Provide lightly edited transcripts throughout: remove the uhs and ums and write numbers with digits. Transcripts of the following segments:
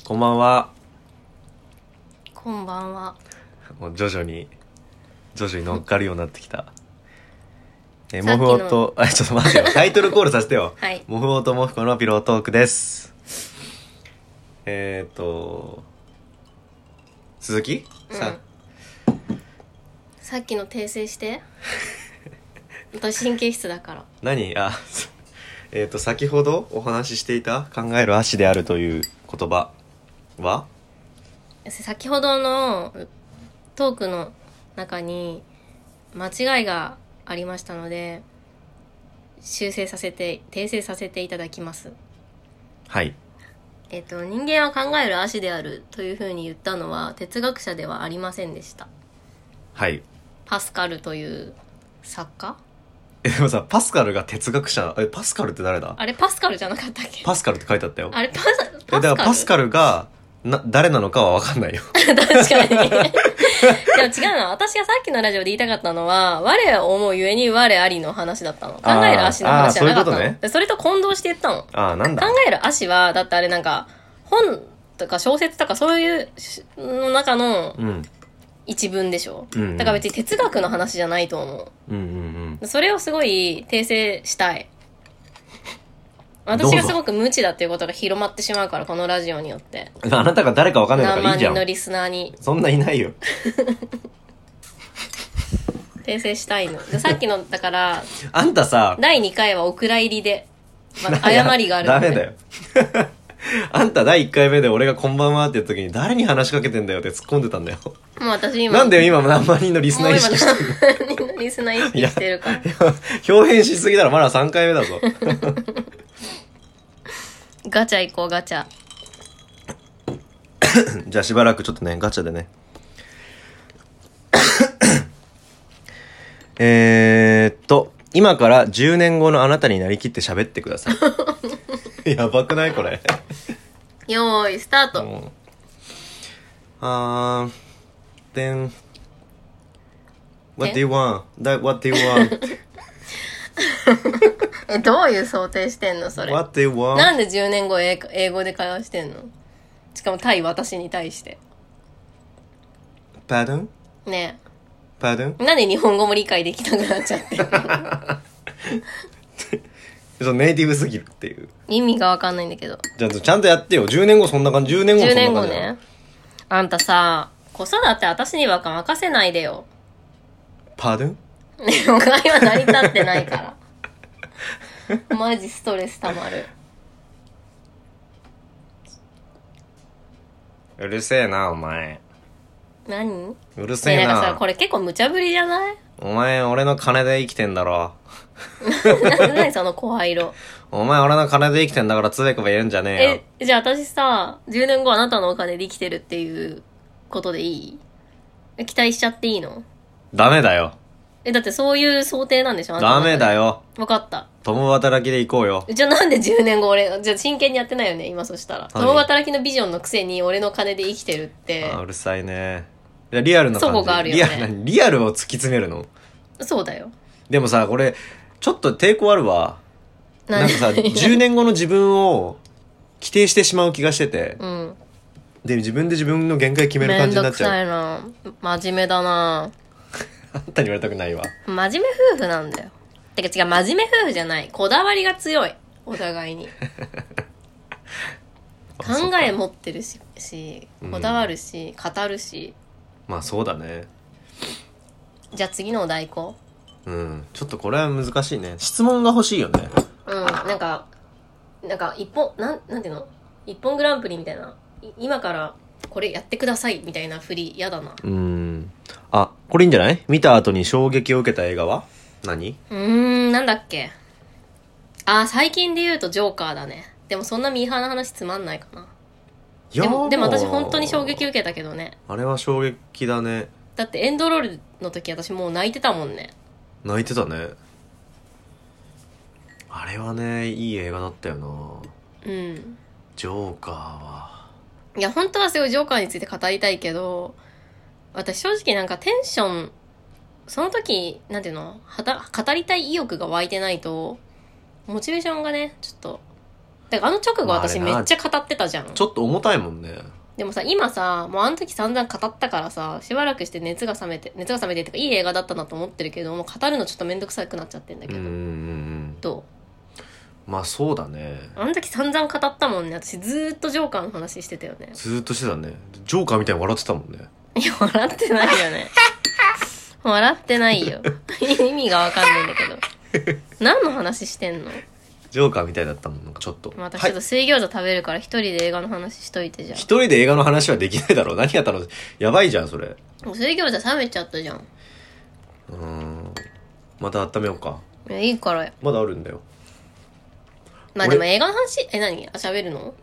こんばんは。 こんばんは。 もう徐々に乗っかるようになってきた。モさっきのフオと、ちょっと待ってよ。タイトルコールさせてよ。 はい。 モフオとモフコのピロートークです。鈴木、 さっきの訂正して。私神経質だから。 何先ほどお話ししていた考える足であるという言葉は先ほどのトークの中に間違いがありましたので、訂正させていただきます。 はい。 人間は考える足であるというふうに言ったのは哲学者ではありませんでした。 はい。 パスカルという作家？ でもさ、パスカルが哲学者、パスカルって誰だ？ あれパスカルじゃなかったっけ？ パスカルって書いてあったよ。 あれパスだからパスカルが誰なのかは分かんないよ。 確かに。でも違うの。私がさっきのラジオで言いたかったのは、我を思うゆえに我ありの話だったの。考える足の話じゃなかったの。 そういうことね。 でそれと混同して言ったの。 なんだ。 考える足は、だってあれなんか、本とか小説とかそういうの中の一文でしょ、 うんうん、 だから別に哲学の話じゃないと思う。 うんうんうん。 それをすごい訂正したい。私がすごく無知だっていうことが広まってしまうから、このラジオによって。 あなたが誰か分かんないからいいじゃん。 何万人のリスナーに。 そんないないよ。 訂正したいの。でさっきの、だから、 あんたさ、 第2回はお蔵入りで、誤りがあるので。 ダメだよ。あんた第1回目で俺がこんばんはって言った時に誰に話しかけてんだよって突っ込んでたんだよ。 もう私今。 なんで今何万人のリスナー意識してるの？ もう今何万人のリスナー意識してるから。 表変しすぎだろ、まだ3回目だぞ。 ガチャ行こう、ガチャ。 じゃあしばらくちょっとね、ガチャでね。今から10年後のあなたになりきって喋ってください。やばくないこれ。 よーい、スタート。 then what do you want? What do you want? どういう想定してんのそれ。 What do you want? なんで10年後英語で会話してんの？しかも対私に対して。 Pardon? ねえ。Pardon? なんで日本語も理解できなくなっちゃってるネイティブすぎるっていう。 意味がわかんないんだけど。 じゃあちゃんとやってよ。10年後そんな感じ。10年後そんな感じ。10年後ね。あんたさ、子育て私にばっか任せないでよ。 Pardon? ね、お会話成り立ってないから。マジストレスたまる。 うるせえなお前。 何？ うるせえな。 なんかさ、これ結構無茶ぶりじゃない？ お前俺の金で生きてんだろ。 何その声色。 お前俺の金で生きてんだからつべこべ言うんじゃねえよ。 じゃあ私さ、10年後あなたのお金で生きてるっていうことでいい？期待しちゃっていいの？ ダメだよ。 だってそういう想定なんでしょ？あなたダメだよ。 分かった。 共働きで行こうよ。 じゃあなんで10年後じゃあ真剣にやってないよね今そしたら。共働きのビジョンのくせに俺の金で生きてるって。 うるさいね。いやリアルな感じ。 そこがあるよね。 リアルを突き詰めるの？ そうだよ。 でもさ、これ、ちょっと抵抗あるわ。なんかさ、10年後の自分を規定してしまう気がしてて。 うん。 で、自分で自分の限界決める感じになっちゃう。 めんどくさいな。真面目だな。 あんたに言われたくないわ。 真面目夫婦なんだよ。てか違う、真面目夫婦じゃない。こだわりが強い。お互いに。考え持ってるし、こだわるし、語るし。 まあそうだね。 じゃあ次のお題行こう。ちょっとこれは難しいね。質問が欲しいよね。 なんか一本、なんていうの？一本グランプリみたいな。今からこれやってくださいみたいな振り、やだな。 これいいんじゃない？見た後に衝撃を受けた映画は何？ なんだっけ？最近で言うとジョーカーだね。でもそんなミーハーな話つまんないかな。でも私本当に衝撃受けたけどね。 あれは衝撃だね。 だってエンドロールの時私もう泣いてたもんね。 泣いてたね。あれはね、いい映画だったよな。ジョーカーは。 いや、本当はすごいジョーカーについて語りたいけど、私正直なんかテンション、その時、なんていうの、語りたい意欲が湧いてないと、モチベーションがね、ちょっと。 だからあの直後私めっちゃ語ってたじゃん。 ちょっと重たいもんね。 でもさ、今さ、もうあの時散々語ったからさ、しばらくして熱が冷めてっていうか、いい映画だったなと思ってるけど、もう語るのちょっとめんどくさくなっちゃってんだけど。どう？まあそうだね。 あの時散々語ったもんね。私ずーっとジョーカーの話してたよね。 ずーっとしてたね。ジョーカーみたいに笑ってたもんね。 いや、笑ってないよね。笑ってないよ。意味がわかんないんだけど。何の話してんの？ ジョーカーみたいだったもん、なんかちょっと。 またちょっと水餃子食べるから一人で映画の話しといてじゃん。 一人で映画の話はできないだろう。何やったの？やばいじゃん、それ。 水餃子冷めちゃったじゃん。 また温めようか。 いや、いいから。 まだあるんだよ。 まあでも映画の話、何？喋るの？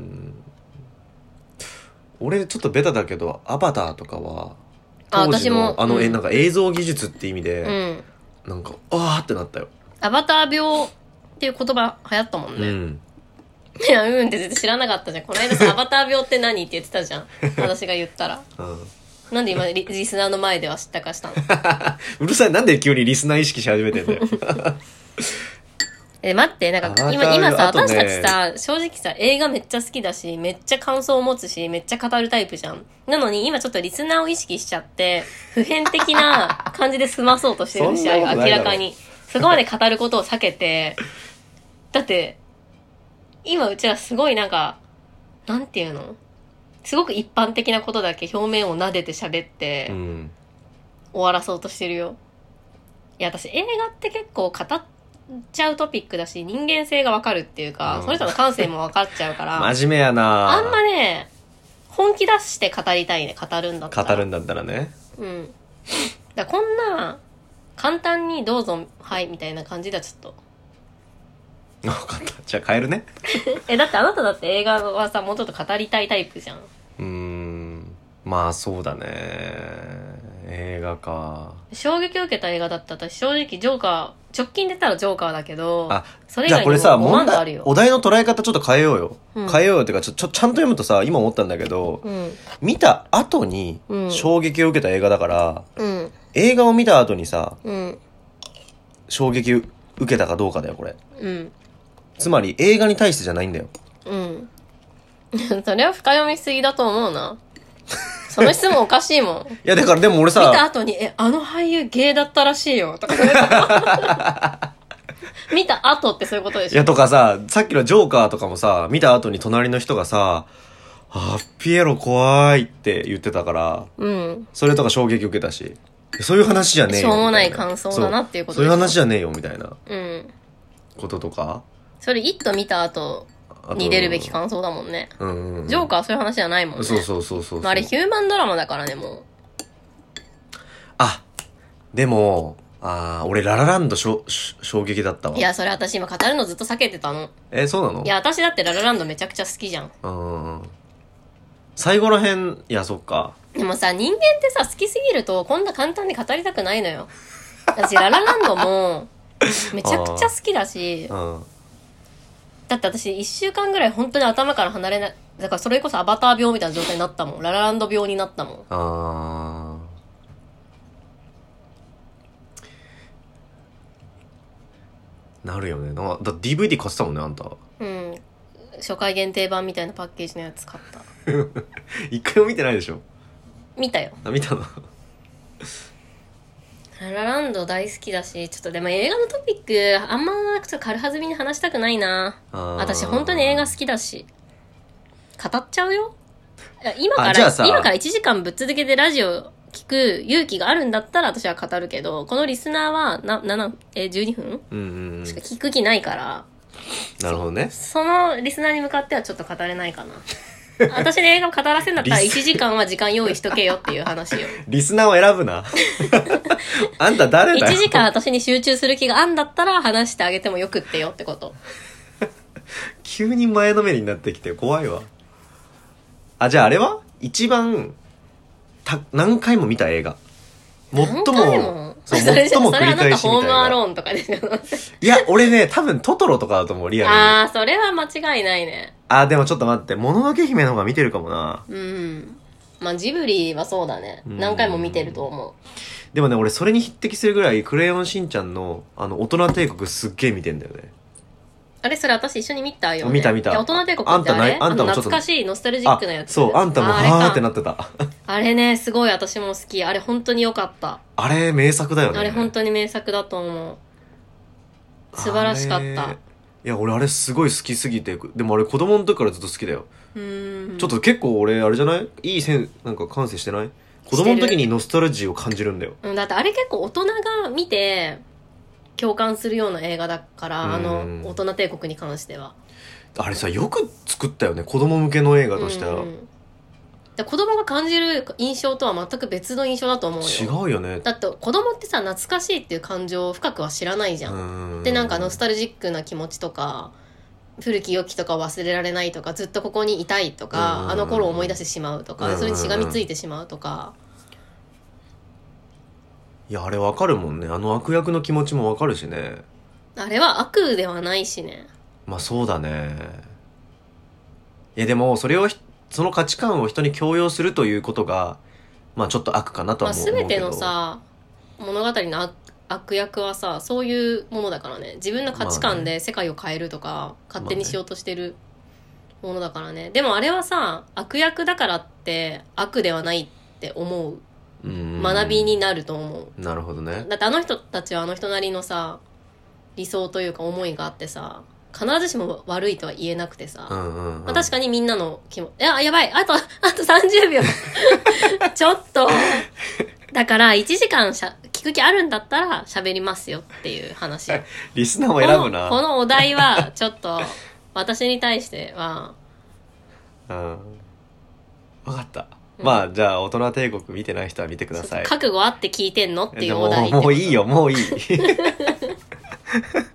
俺ちょっとベタだけど、アバターとかは、 あ、 当時の私も。 なんか映像技術って意味で、なんか、あーってなったよ。 アバター病っていう言葉流行ったもんね。いや、って絶対知らなかったじゃん。この間さ、アバター病って何って言ってたじゃん。私が言ったら。なんで今リスナーの前では知ったかしたの？ うるさい、なんで急にリスナー意識し始めてんだよ。 待って、なんか今さ、私たちさ、正直さ、映画めっちゃ好きだし、めっちゃ感想を持つし、めっちゃ語るタイプじゃん。なのに今ちょっとリスナーを意識しちゃって、普遍的な感じで済まそうとしてるし、明らかに。そこまで語ることを避けて、だって、今うちらすごいなんか、なんていうの？すごく一般的なことだけ表面を撫でて喋って、終わらそうとしてるよ。いや、私映画って結構語っちゃうトピックだし、人間性がわかるっていうか、その人の感性もわかっちゃうから。 真面目やな。 あんまね、本気出して語りたいね、語るんだったら。 語るんだったらね。 だこんな、簡単にどうぞ、はい、みたいな感じではちょっと。 分かった。じゃあ変えるね。 だってあなただって映画はさ、もうちょっと語りたいタイプじゃん。 まあそうだね。映画か。 衝撃を受けた映画だった私正直ジョーカー、直近で言ったらジョーカーだけど、それ以外にも5万個あるよ。 お題の捉え方ちょっと変えようよ。変えようよっていうか、ちゃんと読むとさ、今思ったんだけど、見た後に衝撃を受けた映画だから、映画を見た後にさ、衝撃受けたかどうかだよ、これ。つまり映画に対してじゃないんだよ。 それは深読みしすぎだと思うな。その質問おかしいもん。 いや、だからでも俺さ、 見た後に、あの俳優ゲイだったらしいよ。とかそういうこと見た後ってそういうことでしょ。 いや、とかさ、さっきのジョーカーとかもさ、見た後に隣の人がさ、ピエロ怖いって言ってたから、それとか衝撃受けたし、そういう話じゃねえよ。 しょうもない感想だなっていうことそういう話じゃねえよ、みたいな。こととか。 それ、イット見た後に出るべき感想だもんね。ジョーカーはそういう話じゃないもんね。 そう。 あれヒューマンドラマだからね、もう。 でも、俺ララランド衝撃だったわ。 いや、それ私今語るのずっと避けてたの。 そうなの？ いや、私だってララランドめちゃくちゃ好きじゃん。 最後らへん、いや、そっか。 でもさ、人間ってさ、好きすぎるとこんな簡単に語りたくないのよ。私ララランドもめちゃくちゃ好きだし、だって私1週間ぐらい本当に頭から離れない。だからそれこそアバター病みたいな状態になったもん。ララランド病になったもん。 なるよね。だ DVD 買ってたもんね、あんた。 初回限定版みたいなパッケージのやつ買った。 一回も見てないでしょ？ 見たよ。 見たの？ ララランド大好きだし、ちょっとでも映画のトピックあんまちょっと軽はずみに話したくないな。私本当に映画好きだし語っちゃうよ。今から1時間ぶっ続けてラジオ聞く勇気があるんだったら私は語るけど、このリスナーは12分しか聞く気ないから。 なるほどね。 そのリスナーに向かってはちょっと語れないかな。私で映画を語らせんだったら1時間は時間用意しとけよっていう話よ。 リスナーを選ぶな。あんた誰だよ。 1時間私に集中する気があんだったら話してあげてもよくってよってこと。 急に前のめりになってきて怖いわ。じゃああれは一番何回も見た映画。最も繰り返しみたいな。 それあなたホームアローンとかでしょ。 いや、俺ね、多分トトロとかだと思う、リアルに。 それは間違いないね。 でもちょっと待って、もののけ姫の方が見てるかもな。 まあ、ジブリはそうだね。何回も見てると思う。 でもね、俺それに匹敵するぐらい、クレヨンしんちゃんの、大人帝国すっげえ見てんだよね。 あれそれ私一緒に見たよ、ね。 見た。 大人帝国ってあれあんたもちょっと懐かしいノスタルジックなやつ。 そう、あんたもはーってなってた。 あれね、すごい私も好き。あれ本当に良かった。 あれ名作だよね。 あれ本当に名作だと思う。素晴らしかった。いや、俺あれすごい好きすぎて、でもあれ子供の時からずっと好きだよ。ちょっと結構俺あれじゃない？いいなんか感性してない？子供の時にノスタルジーを感じるんだよ。 だってあれ結構大人が見て共感するような映画だから、大人帝国に関しては。 あれさ、よく作ったよね、子供向けの映画としては。 子供が感じる印象とは全く別の印象だと思うよ。 違うよね。 だって子供ってさ、懐かしいっていう感情を深くは知らないじゃん。で、なんかノスタルジックな気持ちとか、古き良きとか忘れられないとか、ずっとここにいたいとか、あの頃を思い出してしまうとか、それにしがみついてしまうとか。 いや、あれわかるもんね。あの悪役の気持ちもわかるしね。 あれは悪ではないしね。 まあそうだね。いやでも、その価値観を人に強要するということが、まあちょっと悪かなとは思うけど。 全てのさ、物語の悪役はさ、そういうものだからね。自分の価値観で世界を変えるとか、勝手にしようとしてるものだからね。でもあれはさ、悪役だからって悪ではないって思う。学びになると思う。 なるほどね。 だってあの人たちはあの人なりのさ、理想というか思いがあってさ、必ずしも悪いとは言えなくてさ、確かにみんなのやばい、あと30秒ちょっとだから1時間聞く気あるんだったら喋りますよっていう話。 リスナーも選ぶな。 このお題はちょっと私に対しては分かった。まあじゃあ大人帝国見てない人は見てください。 覚悟あって聞いてんのっていうお題。 もういいよ、もういい。